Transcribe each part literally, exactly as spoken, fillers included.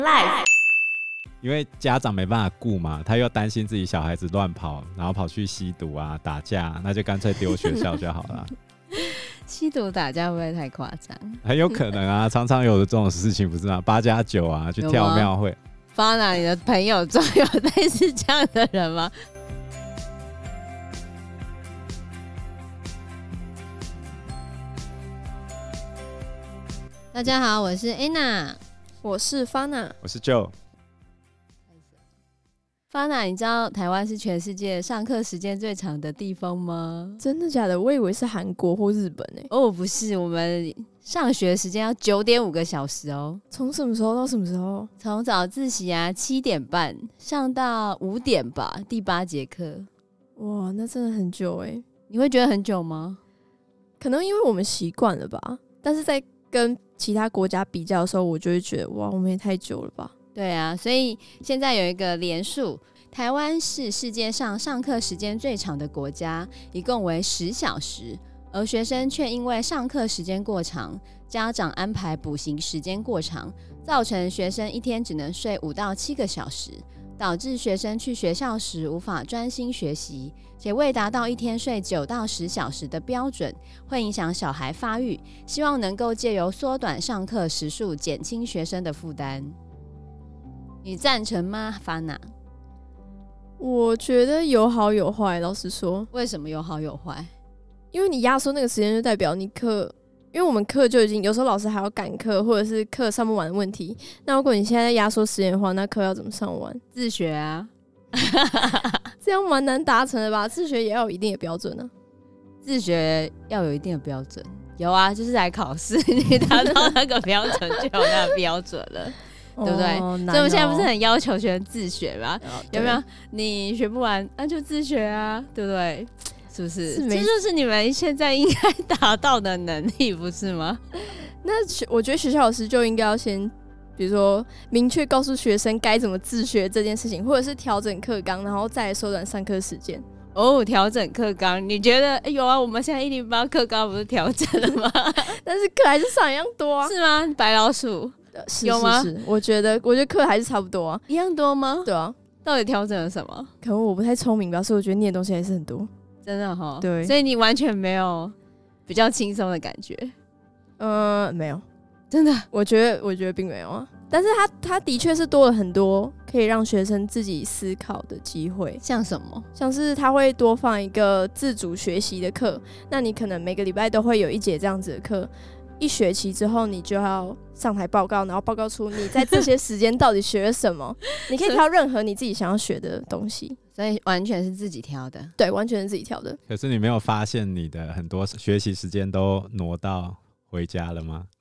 Life， 因为家长没办法顾嘛，他又担心自己小孩子乱跑，然后跑去吸毒啊、打架，那就干脆丢学校就好了。 吸毒打架会不会太夸张？ 很有可能啊，常常有的这种事情不是吗？八加九啊，去跳庙会。 方娜，你的朋友中有类似这样的人吗？大家好，我是 Anna， 我是 Fana， 我是 Joe。Fana， 你知道台湾是全世界上课时间最长的地方吗？ 真的假的？我以为是韩国或日本欸。 哦，不是，我们上学时间要九点五个小时哦。 从什么时候到什么时候？ 从早自习啊，七点半上到五点吧，第八节课。 哇，那真的很久欸。 你会觉得很久吗？ 可能因为我们习惯了吧，但是在跟其他国家比较的时候，我就会觉得哇，我们也太久了吧。 对啊，所以现在有一个连数，台湾是世界上上课时间最长的国家，一共为十小时，而学生却因为上课时间过长，家长安排补习时间过长，造成学生一天只能睡五到七个小时，导致学生去学校时无法专心学习，且未达到一天睡九到十小时的标准，会影响小孩发育。希望能够借由缩短上课时数，减轻学生的负担。你赞成吗，Fana？ 我觉得有好有坏，老实说。 为什么有好有坏？ 因为你压缩那个时间，就代表你课，因为我们课就已经有时候老师还要赶课，或者是课上不完的问题。那如果你现在压缩时间的话，那课要怎么上完？ 自学啊， 这样蛮难达成的吧？自学也要有一定的标准啊。 自学要有一定的标准，有啊，就是来考试，你达到那个标准就有那个标准了。对不对？ 哦， 所以我们现在不是很要求学生自学吗？ 哦， 有没有？你学不完，那就自学啊，对不对？是不是？ 是没这就是你们现在应该达到的能力，不是吗？ 那我觉得学校老师就应该要先，比如说明确告诉学生该怎么自学这件事情，或者是调整课纲，然后再来缩短上课时间。 哦，调整课纲，你觉得、欸、有啊？我们现在一零八课纲不是调整了吗？ 但是课还是上一样多啊， 是吗？白老鼠是有吗？ 是是，我觉得，我觉得课还是差不多啊， 一样多吗？ 对啊， 到底调整了什么？ 可能我不太聪明吧，所以我觉得念的东西还是很多。 真的齁， 对， 所以你完全没有比较轻松的感觉？ 呃，没有， 真的， 我觉得，我觉得并没有啊。但是他他的确是多了很多可以让学生自己思考的机会， 像什么？ 像是他会多放一个自主学习的课，那你可能每个礼拜都会有一节这样子的课，一学期之后你就要上台报告，然后报告出你在这些时间到底学了什么。你可以挑任何你自己想要学的东西， 所以完全是自己挑的。 对，完全是自己挑的。 可是你没有发现你的很多学习时间都挪到回家了吗？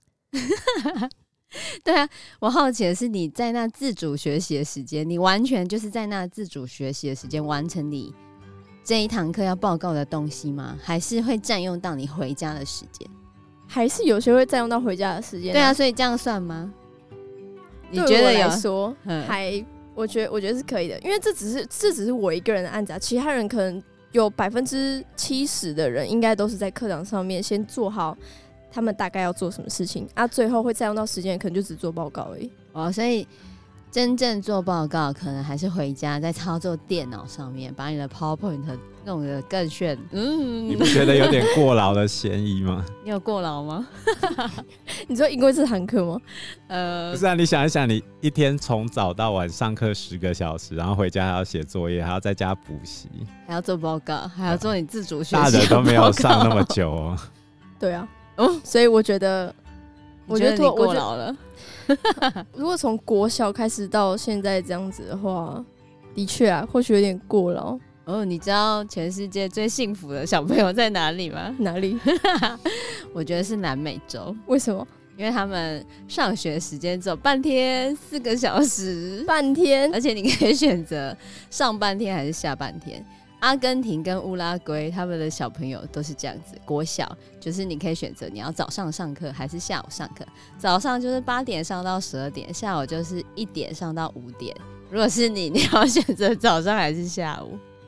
对啊，我好奇的是你在那自主学习的时间，你完全就是在那自主学习的时间完成你这一堂课要报告的东西吗？还是会占用到你回家的时间？ 还是有些会占用到回家的时间、啊。 对啊，所以这样算吗？你对觉得有？ 我来说，还我觉得我觉得是可以的，因为这只是这只是我一个人的案子啊，其他人可能有百分之七十的人应该都是在课堂上面先做好他们大概要做什么事情啊，最后会占用到时间，可能就只做报告而已。 哦，所以真正做报告，可能还是回家在操作电脑上面，把你的 PowerPoint 弄得更炫。嗯， 你不觉得有点过劳的嫌疑吗？ 你有过劳吗？ 你说因为这堂课吗？ 呃， 不是啊，你想一想，你一天从早到晚上课十个小时，然后回家还要写作业，还要在家补习， 还要做报告，还要做你自主学习。 大人都没有上那么久哦。 对啊，哦，所以我觉得，我觉得你过劳了。 如果从国小开始到现在这样子的话，的确啊，或许有点过劳。 哦，你知道全世界最幸福的小朋友在哪里吗？ 哪里？ 我觉得是南美洲。 为什么？ 因为他们上学时间只有半天，四个小时， 半天， 而且你可以选择上半天还是下半天。阿根廷跟乌拉圭他们的小朋友都是这样子，国小就是你可以选择你要早上上课还是下午上课，早上就是八点上到十二点，下午就是一点上到五点。如果是你，你要选择早上还是下午？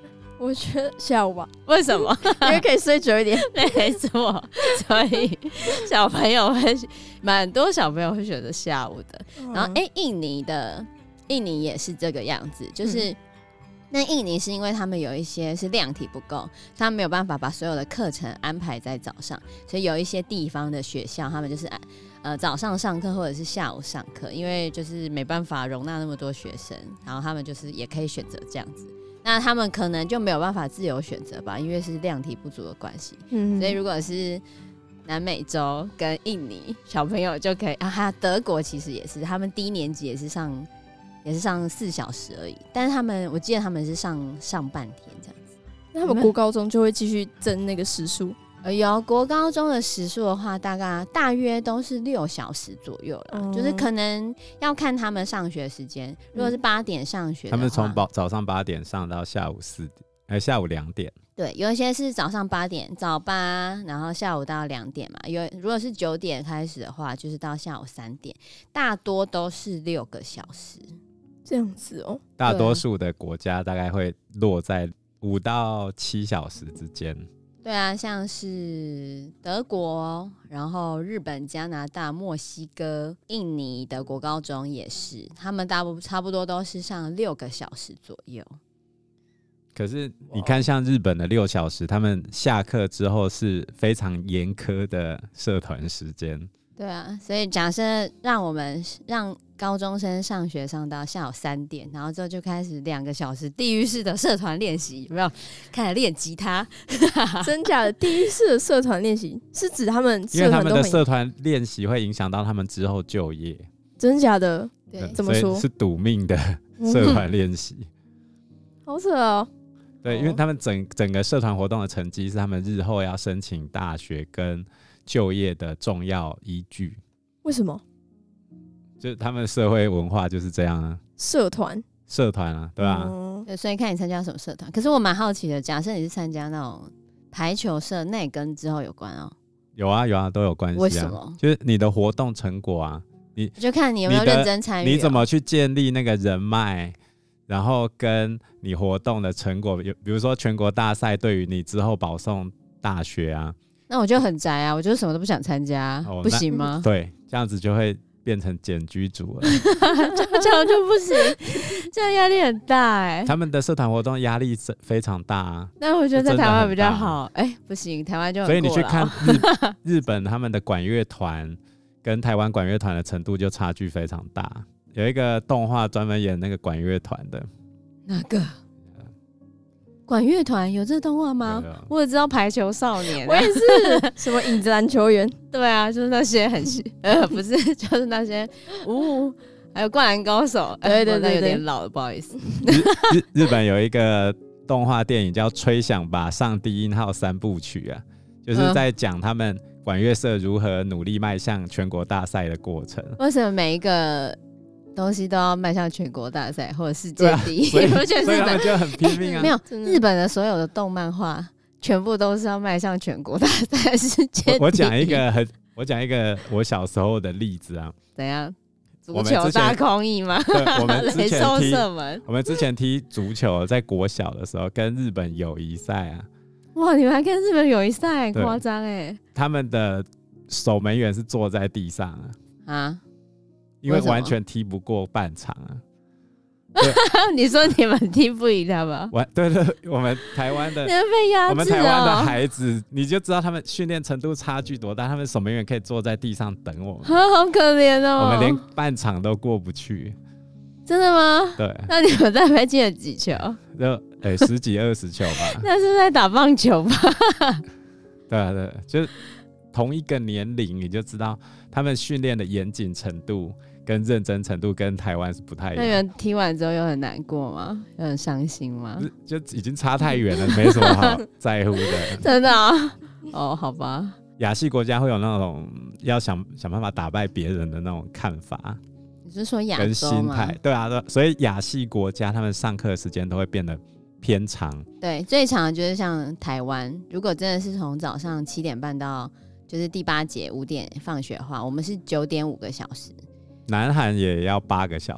我觉得下午吧。 为什么？ 因为可以睡久一点。 没错，所以小朋友会蛮多小朋友会选择下午的。然后，哎、欸，印尼的印尼也是这个样子，就是。嗯，那印尼是因为他们有一些是量体不够，他们没有办法把所有的课程安排在早上，所以有一些地方的学校，他们就是呃早上上课或者是下午上课，因为就是没办法容纳那么多学生，然后他们就是也可以选择这样子。那他们可能就没有办法自由选择吧，因为是量体不足的关系。嗯，所以如果是南美洲跟印尼小朋友就可以啊，还有德国其实也是，他们低年级也是上。也是上四小时而已，但是他们我记得他们是上上半天这样子。 那他们国高中就会继续增那个时数？ 呃，有国高中的时数的话，大概大约都是六小时左右了，嗯，就是可能要看他们上学时间。如果是八点上学的话， 他们从早上八点上到下午四点，呃，下午两点。 对，有一些是早上八点早八，然后下午到两点嘛。有如果是九点开始的话，就是到下午三点，大多都是六个小时。 这样子哦， 大多数的国家大概会落在五到七小时之间。 对啊，像是德国，然后日本、加拿大、墨西哥、印尼的国高中也是，他们大部差不多都是上六个小时左右。 可是你看，像日本的六小时，他们下课之后是非常严苛的社团时间。 对啊，所以假设让我们让高中生上学上到下午三点，然后之后就开始两个小时地狱式的社团练习，有没有？开始练吉他。 真假的地狱式的社团练习是指他们社团都， 因为他们的社团练习会影响到他们之后就业。 真假的？ 对， 怎么说？ 是赌命的社团练习。 好扯哦。 对，因为他们整整个社团活动的成绩是他们日后要申请大学跟就业的重要依据。 为什么？ 就他们社会文化就是这样啊。 社团， 社团啊，对吧、啊嗯？对，所以看你参加什么社团。可是我蛮好奇的，假设你是参加那种排球社，那也跟之后有关哦。 有啊有啊，都有关系啊。 为什么？ 就是你的活动成果啊，你就看你有没有认真参与、哦， 你怎么去建立那个人脉，然后跟你活动的成果，比如说全国大赛对于你之后保送大学啊。 那我就很宅啊，我就什么都不想参加、哦，不行吗？ 对，这样子就会变成简居族了。 这样就不行，这样压力很大哎、欸。 他们的社团活动压力非常大啊。 那我觉得在台湾比较好，哎、欸，不行，台湾就很所以你去看日日本他们的管乐团跟台湾管乐团的程度就差距非常大。有一个动画专门演那个管乐团的， 哪个？管乐团有这动画吗？我也知道排球少年、啊， 我也是什么影子篮球员， 对啊，就是那些很呃不是，就是那些呜、哦，还有灌篮高手， 对对 对, 对， 有点老了，不好意思。 日日本有一个动画电影叫《吹响吧上低音号三部曲》啊，就是在讲他们管乐社如何努力迈向全国大赛的过程。 为什么每一个东西都要迈向全国大赛或者世界第一？ 所以所以他们就很拼命啊。 没有，日本的所有的动漫画全部都是要迈向全国大赛、世界第一。 我讲一个很，我讲一个我小时候的例子啊。 怎样？足球大空翼吗？ 对，我们之前踢射门， 我们之前踢足球，在国小的时候跟日本友谊赛啊。 哇，你们还跟日本友谊赛，夸张哎！ 他们的守门员是坐在地上啊。啊？因为完全踢不过半场啊！ 你说你们踢不赢他们？ 对对，我们台湾的， 你们被压制了。 我们台湾的孩子，你就知道他们训练程度差距多大。他们守门员可以坐在地上等我们， 好可怜哦！ 我们连半场都过不去。 真的吗？ 对。 那你们在飞进了几球？ 就哎、欸、十几二十球吧。 那是在打棒球吧？ 对啊对，就是同一个年龄，你就知道他们训练的严谨程度跟认真程度跟台湾是不太一样。 那你们踢完之后有很难过吗？有很伤心吗？ 就已经差太远了，没什么好在乎的。 真的啊？哦，好吧。 亚系国家会有那种要想想办法打败别人的那种看法。 你是说亚洲吗？ 跟心态，对啊，对，所以亚系国家他们上课的时间都会变得偏长。 对，最长的就是像台湾，如果真的是从早上七点半到就是第八节五点放学的话，我们是九点五个小时。 南韩也要八个小时。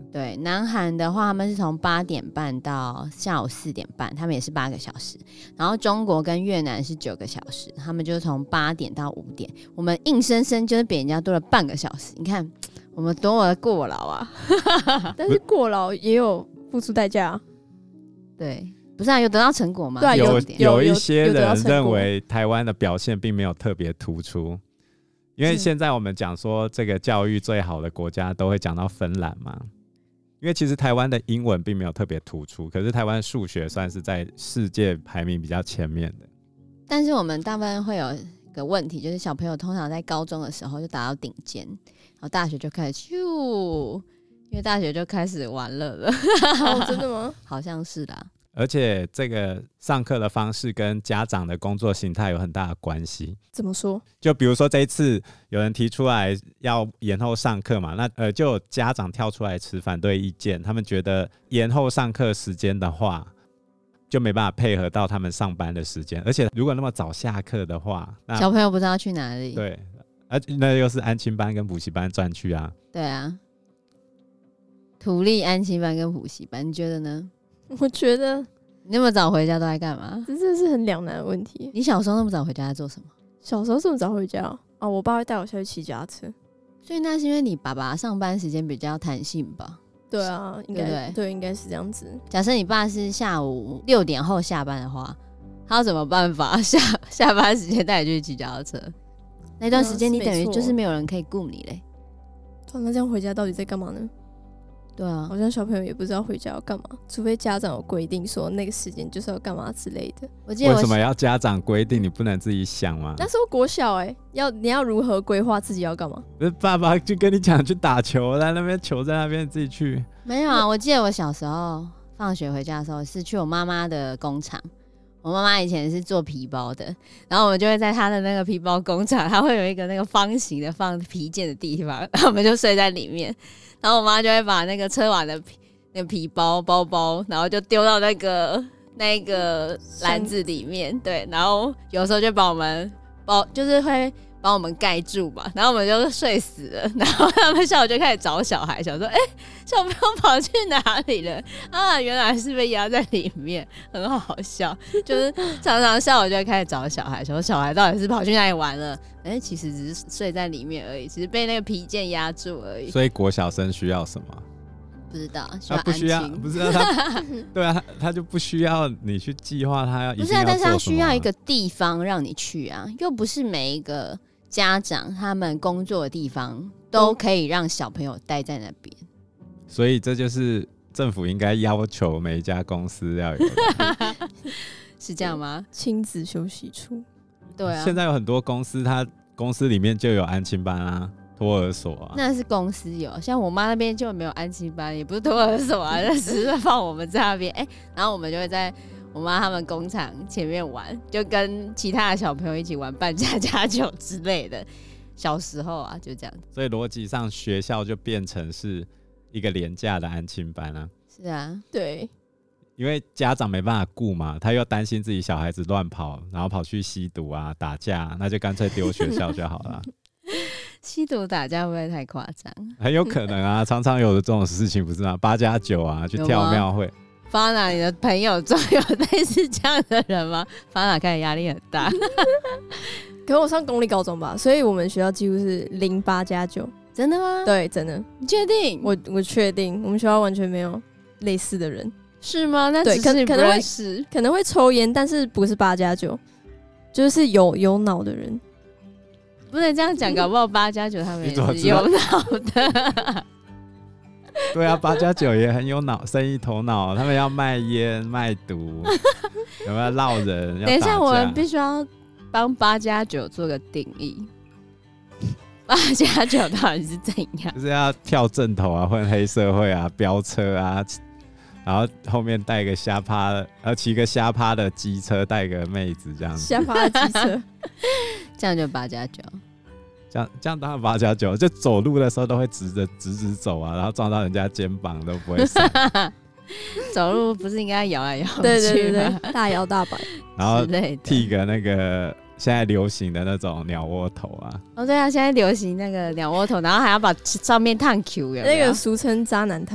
对，南韩的话，他们是从八点半到下午四点半，他们也是八个小时。然后中国跟越南是九个小时，他们就从八点到五点。我们硬生生就是比人家多了半个小时。你看我们多么的过劳啊！ 但是过劳也有付出代价啊。 对，不是啊，有得到成果吗？ 对啊， 有有有一些人认为为台湾的表现并没有特别突出，因为现在我们讲说这个教育最好的国家都会讲到芬兰嘛。因为其实台湾的英文并没有特别突出，可是台湾数学算是在世界排名比较前面的。 但是我们大部分会有个问题，就是小朋友通常在高中的时候就达到顶尖，然后大学就开始咻，因为大学就开始玩乐了。 哦，真的吗？ 好像是啦。 而且这个上课的方式跟家长的工作形态有很大的关系。 怎么说？ 就比如说这一次有人提出来要延后上课嘛，那呃就有家长跳出来持反对意见，他们觉得延后上课时间的话，就没办法配合到他们上班的时间，而且如果那么早下课的话，那小朋友不知道去哪里。 对，而那又是安亲班跟补习班赚去啊。 对啊，土力安亲班跟补习班，你觉得呢？ 我觉得你那么早回家都在干嘛？ 这真的是很两难的问题。 你小时候那么早回家在做什么？ 小时候这么早回家哦、啊，我爸会带我下去骑脚踏车。 所以那是因为你爸爸上班时间比较弹性吧？ 对啊，应该对, 对, 对，应该是这样子。 假设你爸是下午六点后下班的话，他有什么办法下下班时间带你去骑脚踏车？那段时间你等于就是没有人可以顾你嘞。 哦，那这样回家到底在干嘛呢？ 对啊， 好像小朋友也不知道回家要干嘛，除非家长有规定说那个时间就是要干嘛之类的。 我记得我为什么要家长规定？你不能自己想吗？ 那时候国小哎、欸，要你要如何规划自己要干嘛？ 不是爸爸就跟你讲去打球，在那边球在那边，你自己去。 没有啊，我记得我小时候放学回家的时候是去我妈妈的工厂。我妈妈以前是做皮包的，然后我们就会在她的那个皮包工厂，她会有一个那个方形的放皮件的地方，然后我们就睡在里面。然后我妈就会把那个车碗的皮那个皮包包包，然后就丢到那个那个篮子里面，对，然后有时候就把我们包，就是会把我们盖住吧，然后我们就睡死了。然后他们下午就开始找小孩，想说，哎、欸，小朋友跑去哪里了？啊，原来是被压在里面，很好笑。就是常常下午就会开始找小孩，说小孩到底是跑去哪里玩了？哎、欸，其实只是睡在里面而已，只是被那个皮件压住而已。 所以国小生需要什么？ 不知道，需要他不需要，不是啊他，对啊，他他就不需要你去计划他要一定要做什么啊。 不是啊，但是他需要一个地方让你去啊，又不是每一个家长他们工作的地方都可以让小朋友待在那边。 所以这就是政府应该要求每一家公司要有的是这样吗？ 亲子休息处。 对啊， 现在有很多公司，它公司里面就有安亲班啊、托儿所啊。 那是公司有，像我妈那边就没有安亲班，也不是托儿所啊，那只是放我们在那边。哎、欸，然后我们就会在我妈他们工厂前面玩，就跟其他的小朋友一起玩扮家家酒之类的。小时候啊，就这样。 所以逻辑上，学校就变成是一个廉价的安亲班啊。 是啊， 对。 因为家长没办法顾嘛，他又担心自己小孩子乱跑，然后跑去吸毒啊、打架，那就干脆丢学校就好了。 吸毒打架会不会太夸张？ 很有可能啊，常常有的这种事情不是吗？八加九啊，去跳庙会。 发娜，你的朋友中有类似这样的人吗？发娜看起来压力很大。 可是我上公立高中吧，所以我们学校几乎是零八加九。 真的吗？ 对，真的。 你确定？ 我我确定，我们学校完全没有类似的人。 是吗？那只是你不认识， 可能会抽烟，但是不是八加九，就是有有脑的人。 不能这样讲，搞不好八加九他们也是有脑的。 对啊，八加九也很有脑，生意头脑，他们要卖烟、卖毒，有没有闹人？ 等一下，我们必须要帮八加九做个定义。八加九到底是怎样？ 就是要跳正头啊，混黑社会啊，飙车啊。然后后面带个瞎趴的，呃，骑个瞎趴的机车，带个妹子这样子。 瞎趴的机车， 这样就八加九。 这样这样当然八加九，就走路的时候都会直着直直走啊，然后撞到人家肩膀都不会闪。 走路不是应该摇来摇去吗？ 对对对对，大摇大摆。 然后剃个那个现在流行的那种鸟窝头啊。 哦，对啊，现在流行那个鸟窝头，然后还要把上面烫 Q 有没有？ 那个俗称渣男烫。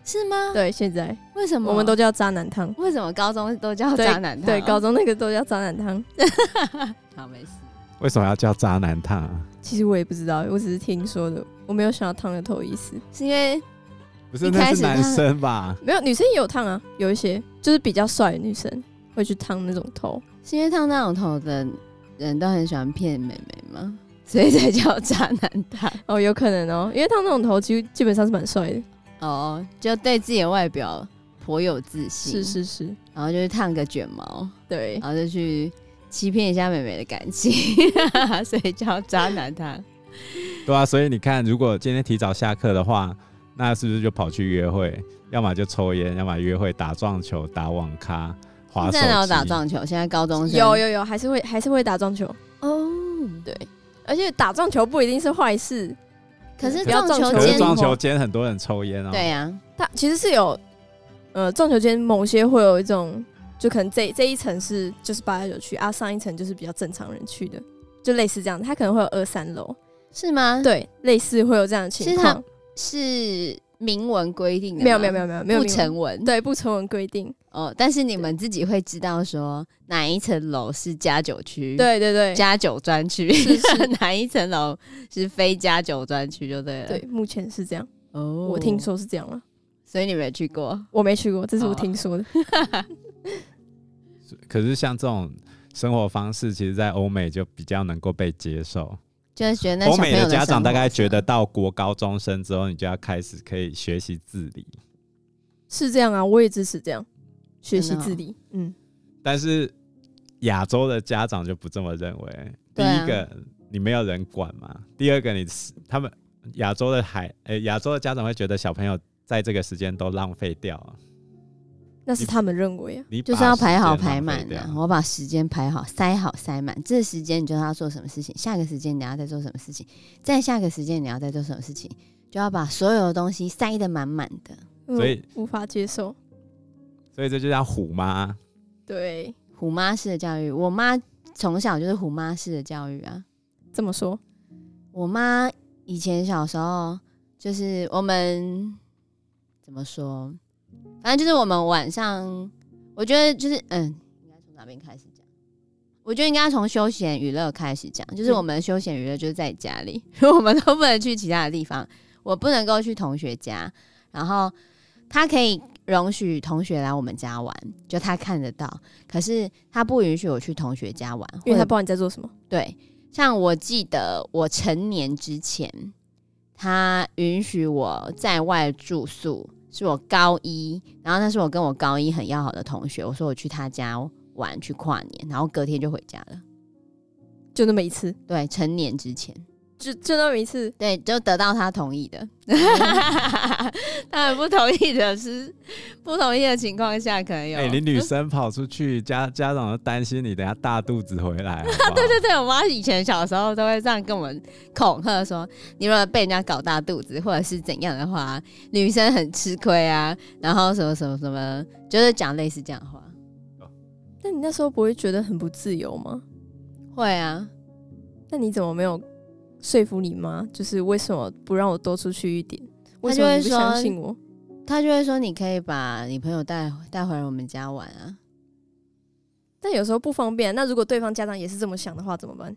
是吗？ 对，现在为什么我们都叫渣男汤？ 为什么高中都叫渣男汤？ 对，高中那个都叫渣男汤。 好，没事。 为什么要叫渣男烫啊？ 其实我也不知道，我只是听说的，我没有想要烫的头的意思。 是因为不是，那是男生吧？ 没有，女生也有烫啊，有一些就是比较帅的女生会去烫那种头。 是因为烫那种头的人都很喜欢骗妹妹吗？所以才叫渣男烫？ 哦，有可能哦，因为烫那种头其实基本上是蛮帅的。 哦，就对自己的外表颇有自信。 是是是， 然后就是烫个卷毛， 对， 然后就去欺骗一下妹妹的感情，所以叫渣男烫。 对啊，所以你看，如果今天提早下课的话，那是不是就跑去约会？要么就抽烟，要么约会、打撞球、打网咖、滑手机。 现在哪有打撞球？现在高中生有有有，还是会还是会打撞球哦。 对，而且打撞球不一定是坏事。 可是撞球可是间， 撞球间很多人抽烟哦。 对呀、啊， 它其实是有，呃，撞球间某些会有一种，就可能这这一层是就是八加九区啊，上一层就是比较正常人去的，就类似这样，它可能会有二三楼， 是吗？ 对，类似会有这样的情况。 是明文规定的吗？ 没有没有没有没有没有不成文， 对，不成文规定。 哦，但是你们自己会知道说哪一层楼是加九区， 对对对， 加九专区， 是是哪一层楼是非加九专区就对了。 对，目前是这样。 哦， 我听说是这样了， 所以你没去过？ 我没去过，这是我听说的。 哦、 可是像这种生活方式，其实在欧美就比较能够被接受。 就是觉得那欧美的家长大概的觉得到国高中生之后，你就要开始可以学习自理。 是这样啊，我也支持这样。学习自理，嗯， 但是亚洲的家长就不这么认为。第一个，啊、你没有人管嘛；第二个你，你他们亚洲的孩，呃、欸，亚洲的家长会觉得小朋友在这个时间都浪费掉了。 那是他们认为啊， 你就是要排好排满的、啊，我把时间排好，塞好塞满。这个时间你就要做什么事情，下个时间你要再做什么事情，再下个时间你要再做什么事情，就要把所有的东西塞得满满的。 所以、 嗯、无法接受。 所以这就叫虎妈。 对， 虎妈式的教育，我妈从小就是虎妈式的教育啊。 怎么说？ 我妈以前小时候就是我们怎么说？反正就是我们晚上，我觉得就是嗯，应该从哪边开始讲？我觉得应该从休闲娱乐开始讲，就是我们的休闲娱乐就是在家里，我们都不能去其他的地方，我不能够去同学家，然后他可以容许同学来我们家玩，就他看得到，可是他不允许我去同学家玩， 因为他不知道你在做什么。 对，像我记得我成年之前，他允许我在外住宿。是我高一，然后那是我跟我高一很要好的同学，我说我去他家玩去跨年，然后隔天就回家了， 就那么一次。 对，成年之前就就那么一次， 对，就得到他同意的。嗯、当然不同意的是，不同意的情况下可能有。 哎、欸，你女生跑出去，家家长都担心你等下大肚子回来好不好。 对对对，我妈以前小时候都会这样跟我们恐吓说，你如果被人家搞大肚子或者是怎样的话，女生很吃亏啊，然后什么什么什么，就是讲类似这样的话。 那你那时候不会觉得很不自由吗？ 会啊。 那你怎么没有说服你妈，就是为什么不让我多出去一点？为什么你不相信我？ 他就会说你可以把你朋友带带回来我们家玩啊。 但有时候不方便。那如果对方家长也是这么想的话，怎么办？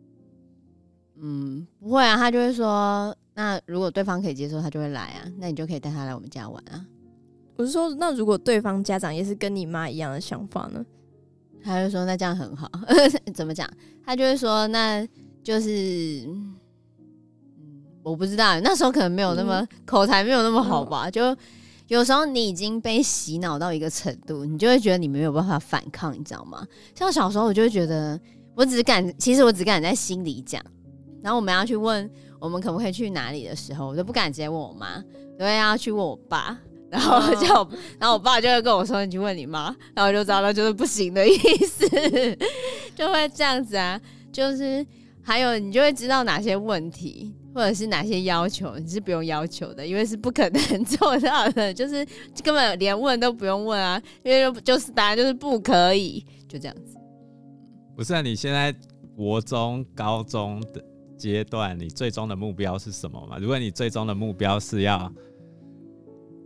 嗯，不会啊，他就会说，那如果对方可以接受，他就会来啊。那你就可以带他来我们家玩啊。 我是说，那如果对方家长也是跟你妈一样的想法呢？ 他就说那这样很好。怎么讲？他就会说那。就是，嗯，我不知道，那时候可能没有那么、嗯、口才没有那么好吧。嗯、就有时候你已经被洗脑到一个程度，你就会觉得你没有办法反抗，你知道吗？像小时候我就会觉得，我只敢，其实我只敢在心里讲。然后我们要去问我们可不可以去哪里的时候，我就不敢直接问我妈，都会要去问我爸。然后叫我，然后我爸就会跟我说：“你去问你妈。”然后我就知道那就是不行的意思，就会这样子啊，就是。还有，你就会知道哪些问题，或者是哪些要求你是不用要求的，因为是不可能做到的，就是根本连问都不用问啊，因为就是答案就是不可以，就这样子。 不是啊，你现在国中、高中的阶段，你最终的目标是什么嘛？如果你最终的目标是要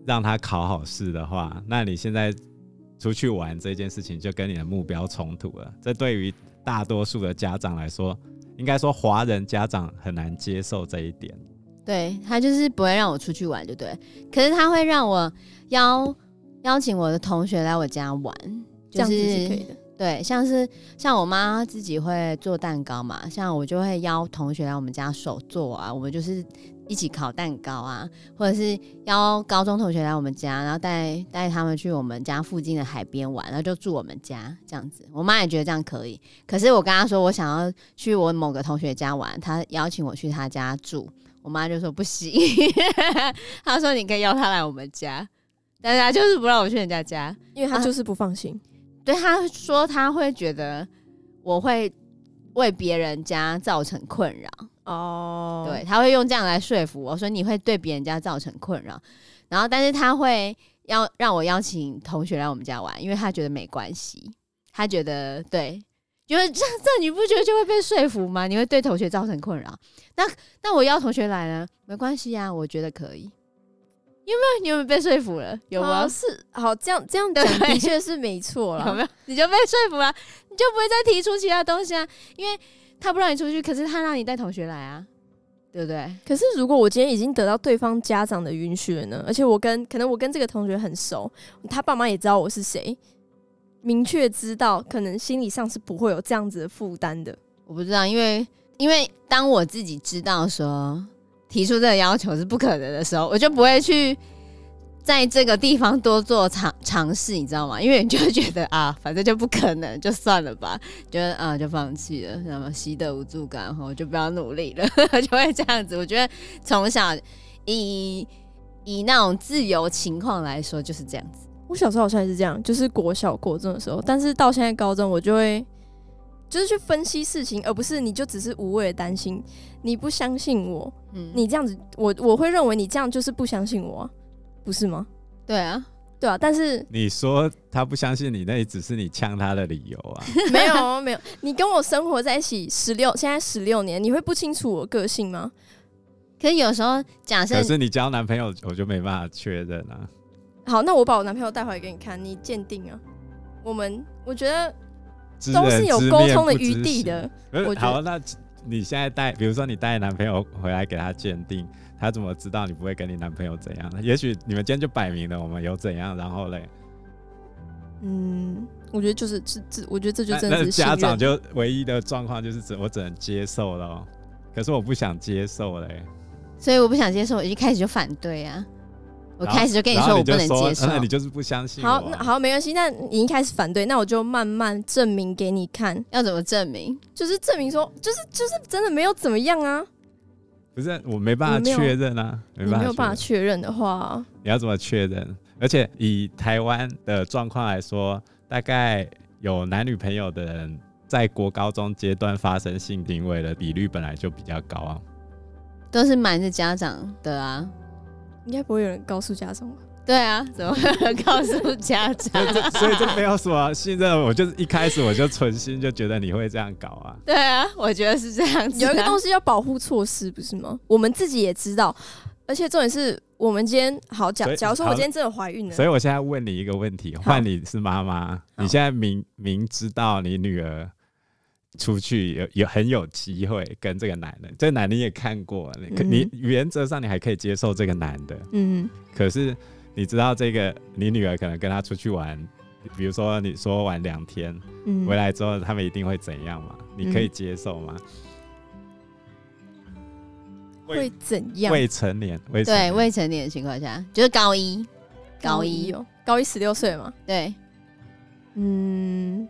让他考好试的话，那你现在出去玩这件事情就跟你的目标冲突了。这对于大多数的家长来说，应该说华人家长很难接受这一点。 对，他就是不会让我出去玩，对不对？可是他会让我邀邀请我的同学来我家玩，就是、 这样子是可以的。 对，像是像我妈自己会做蛋糕嘛，像我就会邀同学来我们家手做啊，我们就是一起烤蛋糕啊，或者是邀高中同学来我们家，然后带带他们去我们家附近的海边玩，然后就住我们家这样子。我妈也觉得这样可以，可是我跟她说我想要去我某个同学家玩，她邀请我去她家住，我妈就说不行，她说你可以邀她来我们家，但是她就是不让我去人家家， 因为她就是不放心。啊对，他说他会觉得我会为别人家造成困扰哦，对，他会用这样来说服我说你会对别人家造成困扰，然后但是他会要让我邀请同学来我们家玩，因为他觉得没关系，他觉得对，因为这这你不觉得就会被说服吗？你会对同学造成困扰，那那我邀同学来呢？没关系啊，我觉得可以。有没有？你有没有被说服了？有吗？ 哦、是好，这样这样讲的确是没错啦。 有没有？你就被说服了，你就不会再提出其他东西啊？因为他不让你出去，可是他让你带同学来啊，对不对？ 可是如果我今天已经得到对方家长的允许了呢？而且我跟可能我跟这个同学很熟，他爸妈也知道我是谁，明确知道，可能心理上是不会有这样子的负担的。 我不知道，因为因为当我自己知道说提出这个要求是不可能的时候，我就不会去在这个地方多做尝尝试，你知道吗？因为你就会觉得啊，反正就不可能，就算了吧，就啊就放弃了，那么习得无助感，我就不要努力了，就会这样子。我觉得从小以以那种自由情况来说就是这样子。 我小时候好像也是这样，就是国小国中的时候，但是到现在高中，我就会就是去分析事情，而不是你就只是无谓的担心，你不相信我，嗯，你这样子，我我会认为你这样就是不相信我、啊，不是吗？ 对啊， 对啊，但是你说他不相信你，那也只是你呛他的理由啊。 没有没有，你跟我生活在一起十六，现在十六年，你会不清楚我个性吗？ 可是有时候假设， 可是你交男朋友，我就没办法确认啊。 好，那我把我男朋友带回来给你看，你鉴定啊。我们我觉得都是有沟通的余地的。我好，那你现在带，比如说你带男朋友回来给他鉴定，他怎么知道你不会跟你男朋友怎样？也许你们今天就摆明了我们有怎样，然后嘞， 嗯，我觉得就是这这，我觉得这就真的是那家长就唯一的状况就是只我只能接受了，可是我不想接受嘞， 所以我不想接受，我一开始就反对啊。我开始就跟你说我不能接受， 那你就是不相信我。 好，那好，没关系。那你一开始反对，那我就慢慢证明给你看。 要怎么证明？ 就是证明说，就是就是真的没有怎么样啊。 不是，我没办法确认啊， 没你没有办法确认的话， 你要怎么确认？而且以台湾的状况来说，大概有男女朋友的人在国高中阶段发生性行为的比率本来就比较高啊， 都是瞒着家长的啊。 应该不会有人告诉家长吧？ 对啊，怎么会有人告诉家长？ 所以这所以这没有什么信任，我就是一开始我就存心就觉得你会这样搞啊。 对啊，我觉得是这样子、啊。 有一个东西要保护措施，不是吗？我们自己也知道，而且重点是我们今天好假，假如说我今天真的怀孕了， 所以我现在问你一个问题，换你是妈妈，你现在明明知道你女儿出去有有很有机会跟这个男的，这个男的你也看过，嗯、你原则上你还可以接受这个男的，嗯，可是你知道这个你女儿可能跟他出去玩，比如说你说玩两天，嗯，回来之后他们一定会怎样嘛？你可以接受吗？ 嗯、会怎样？ 未成年，未成年对未成年的情况下，就是高一，高一哦，高一十六岁嘛， 对， 嗯。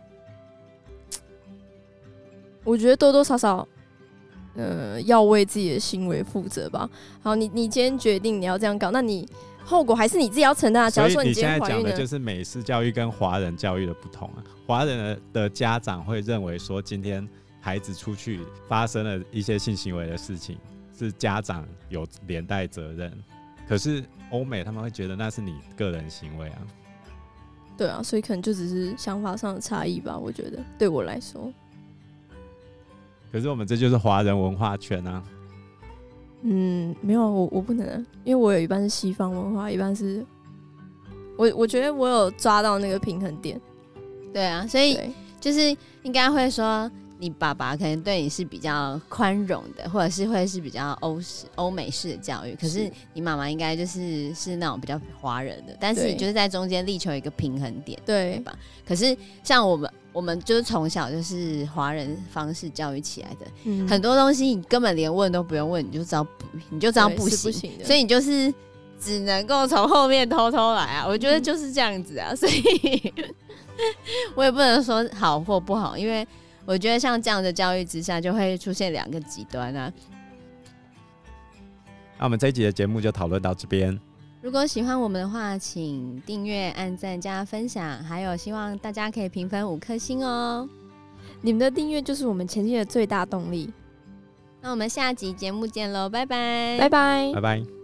我觉得多多少少，呃，要为自己的行为负责吧。好，你你今天决定你要这样搞，那你后果还是你自己要承担啊。假如说你今天怀孕了， 所以你现在讲的就是美式教育跟华人教育的不同啊。华人的家长会认为说，今天孩子出去发生了一些性行为的事情，是家长有连带责任。可是欧美他们会觉得那是你个人行为啊。 对啊，所以可能就只是想法上的差异吧。我觉得对我来说。 可是我们这就是华人文化圈啊。 嗯，没有，我我不能，因为我有一半是西方文化，一半是我我觉得我有抓到那个平衡点。 对啊，所以就是应该会说，你爸爸可能对你是比较宽容的，或者是会是比较欧式、欧美式的教育，可是你妈妈应该就是是那种比较华人的，但是你就是在中间力求一个平衡点，对, 对吧？可是像我们，我们就是从小就是华人方式教育起来的，嗯、很多东西你根本连问都不用问，你就知道不，你就知道不行，不行的，所以你就是只能够从后面偷偷来啊。我觉得就是这样子啊，所以我也不能说好或不好，因为我觉得像这样的教育之下，就会出现两个极端啊。 那我们这一集的节目就讨论到这边。 如果喜欢我们的话，请订阅、按赞、加分享，还有希望大家可以评分五颗星哦。 你们的订阅就是我们前进的最大动力。 那我们下集节目见喽，拜拜， 拜拜， 拜拜。